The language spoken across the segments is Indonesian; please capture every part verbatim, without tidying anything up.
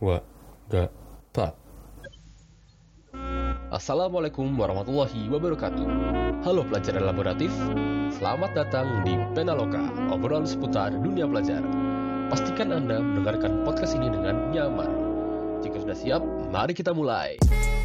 Wa, ga, pa. Assalamualaikum warahmatullahi wabarakatuh. Halo pelajar laboratif, selamat datang di Penaloka, obrolan seputar dunia pelajar. Pastikan Anda mendengarkan podcast ini dengan nyaman. Jika sudah siap, mari kita mulai.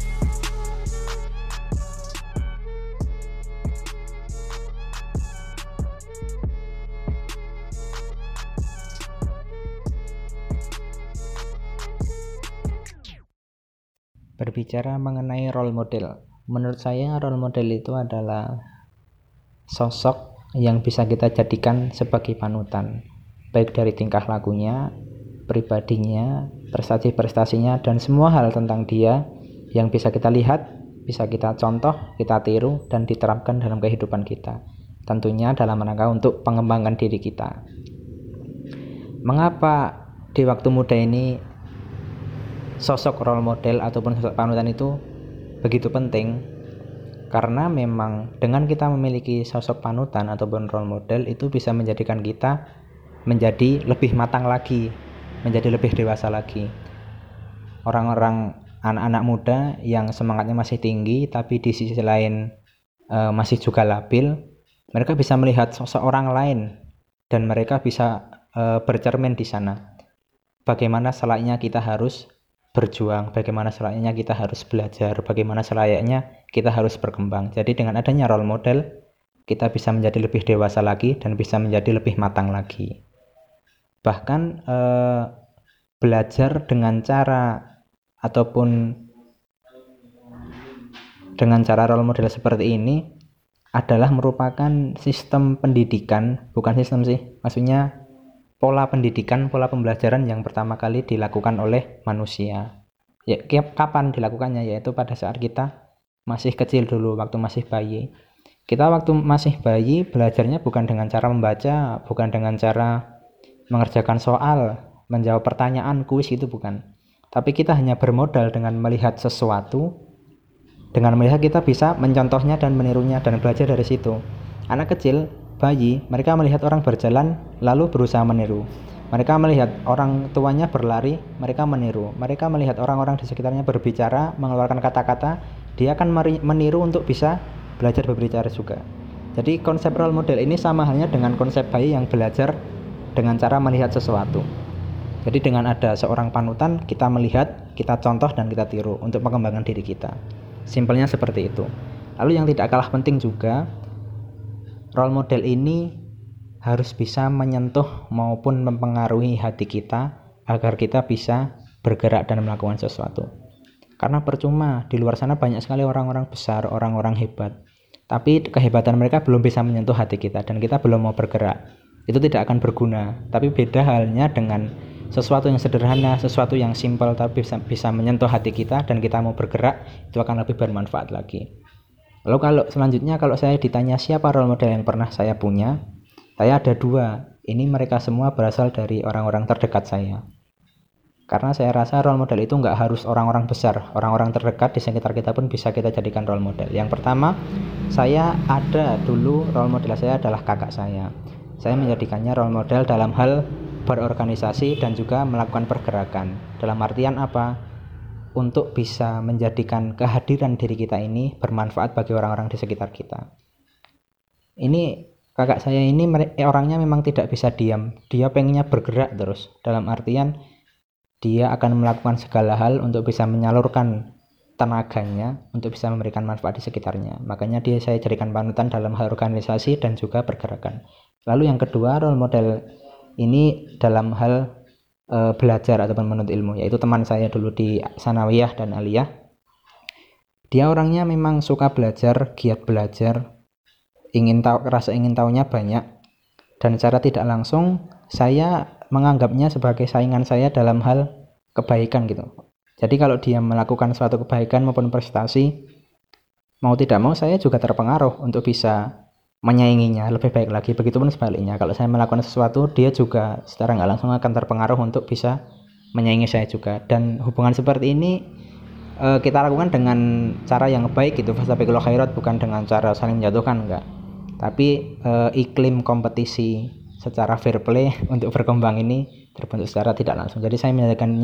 Berbicara mengenai role model, menurut saya role model itu adalah sosok yang bisa kita jadikan sebagai panutan, baik dari tingkah lakunya, pribadinya, prestasi-prestasinya, dan semua hal tentang dia yang bisa kita lihat, bisa kita contoh, kita tiru, dan diterapkan dalam kehidupan kita. Tentunya dalam rangka untuk pengembangan diri kita. Mengapa di waktu muda ini sosok role model ataupun sosok panutan itu begitu penting? Karena memang dengan kita memiliki sosok panutan ataupun role model itu bisa menjadikan kita menjadi lebih matang lagi, menjadi lebih dewasa lagi. Orang-orang anak-anak muda yang semangatnya masih tinggi tapi di sisi lain e, masih juga labil, mereka bisa melihat sosok orang lain dan mereka bisa e, bercermin di sana. Bagaimana selayaknya kita harus berjuang, bagaimana selayaknya kita harus belajar, bagaimana selayaknya kita harus berkembang. Jadi dengan adanya role model, kita bisa menjadi lebih dewasa lagi dan bisa menjadi lebih matang lagi. Bahkan eh, belajar dengan cara ataupun dengan cara role model seperti ini adalah merupakan sistem pendidikan, bukan sistem sih, maksudnya pola pendidikan, pola pembelajaran yang pertama kali dilakukan oleh manusia. Ya, kapan dilakukannya? Yaitu pada saat kita masih kecil dulu, waktu masih bayi. Kita waktu masih bayi belajarnya bukan dengan cara membaca, bukan dengan cara mengerjakan soal, menjawab pertanyaan, kuis, itu bukan. Tapi kita hanya bermodal dengan melihat sesuatu, dengan melihat kita bisa mencontohnya dan menirunya dan belajar dari situ. Anak kecil, bayi, mereka melihat orang berjalan lalu berusaha meniru. Mereka melihat orang tuanya berlari, mereka meniru. Mereka melihat orang-orang di sekitarnya berbicara, mengeluarkan kata-kata, dia akan meniru untuk bisa belajar berbicara juga. Jadi konsep role model ini sama halnya dengan konsep bayi yang belajar dengan cara melihat sesuatu. Jadi dengan ada seorang panutan, kita melihat, kita contoh dan kita tiru untuk pengembangan diri kita. Simpelnya seperti itu. Lalu yang tidak kalah penting juga, role model ini harus bisa menyentuh maupun mempengaruhi hati kita agar kita bisa bergerak dan melakukan sesuatu. Karena percuma, di luar sana banyak sekali orang-orang besar, orang-orang hebat, tapi kehebatan mereka belum bisa menyentuh hati kita dan kita belum mau bergerak. Itu tidak akan berguna. Tapi beda halnya dengan sesuatu yang sederhana, sesuatu yang simpel tapi bisa, bisa menyentuh hati kita dan kita mau bergerak, itu akan lebih bermanfaat lagi. Lalu kalau selanjutnya kalau saya ditanya siapa role model yang pernah saya punya, saya ada dua. Ini mereka semua berasal dari orang-orang terdekat saya. Karena saya rasa role model itu nggak harus orang-orang besar, orang-orang terdekat di sekitar kita pun bisa kita jadikan role model. Yang pertama, saya ada dulu role model saya adalah kakak saya. Saya menjadikannya role model dalam hal berorganisasi dan juga melakukan pergerakan. Dalam artian apa? Untuk bisa menjadikan kehadiran diri kita ini bermanfaat bagi orang-orang di sekitar kita. Ini kakak saya ini orangnya memang tidak bisa diam. Dia pengennya bergerak terus. Dalam artian dia akan melakukan segala hal untuk bisa menyalurkan tenaganya untuk bisa memberikan manfaat di sekitarnya. Makanya dia saya jadikan panutan dalam hal organisasi dan juga pergerakan. Lalu yang kedua, role model ini dalam hal e, belajar ataupun menuntut ilmu, yaitu teman saya dulu di Sanawiyah dan Aliyah. Dia orangnya memang suka belajar, giat belajar, ingin tahu, rasa ingin tahunya banyak, dan secara tidak langsung saya menganggapnya sebagai saingan saya dalam hal kebaikan gitu. Jadi kalau dia melakukan suatu kebaikan maupun prestasi, mau tidak mau saya juga terpengaruh untuk bisa menyainginya lebih baik lagi. Begitupun sebaliknya, kalau saya melakukan sesuatu, dia juga secara nggak langsung akan terpengaruh untuk bisa menyaingi saya juga. Dan hubungan seperti ini e, kita lakukan dengan cara yang baik gitu, fastabiqul khairat, bukan dengan cara saling menjatuhkan, enggak. Tapi e, iklim kompetisi secara fair play untuk berkembang ini terbentuk secara tidak langsung. Jadi saya menjadikannya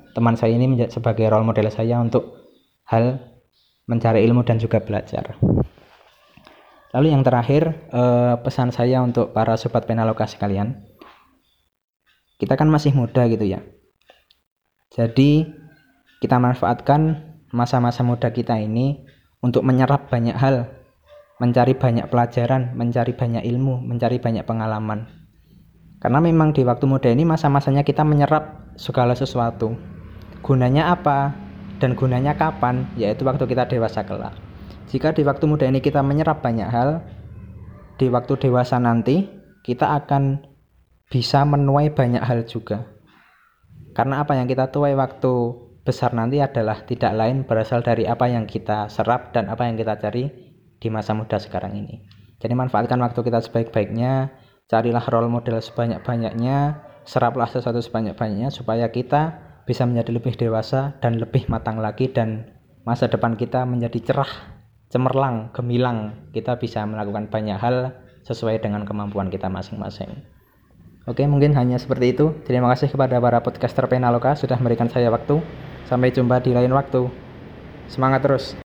teman saya ini menjadi sebagai role model saya untuk hal mencari ilmu dan juga belajar. Lalu yang terakhir, eh, pesan saya untuk para sobat Penaloka sekalian. Kita kan masih muda gitu ya. Jadi kita manfaatkan masa-masa muda kita ini untuk menyerap banyak hal, mencari banyak pelajaran, mencari banyak ilmu, mencari banyak pengalaman. Karena memang di waktu muda ini masa-masanya kita menyerap segala sesuatu. Gunanya apa dan gunanya kapan? Yaitu waktu kita dewasa kelak. Jika di waktu muda ini kita menyerap banyak hal, di waktu dewasa nanti kita akan bisa menuai banyak hal juga. Karena apa yang kita tuai waktu besar nanti adalah tidak lain berasal dari apa yang kita serap dan apa yang kita cari di masa muda sekarang ini. Jadi manfaatkan waktu kita sebaik-baiknya, carilah role model sebanyak-banyaknya, seraplah sesuatu sebanyak-banyaknya supaya kita bisa menjadi lebih dewasa dan lebih matang lagi, dan masa depan kita menjadi cerah, cemerlang, gemilang. Kita bisa melakukan banyak hal sesuai dengan kemampuan kita masing-masing. Oke, mungkin hanya seperti itu. Terima kasih kepada para podcaster Penaloka sudah memberikan saya waktu. Sampai jumpa di lain waktu. Semangat terus.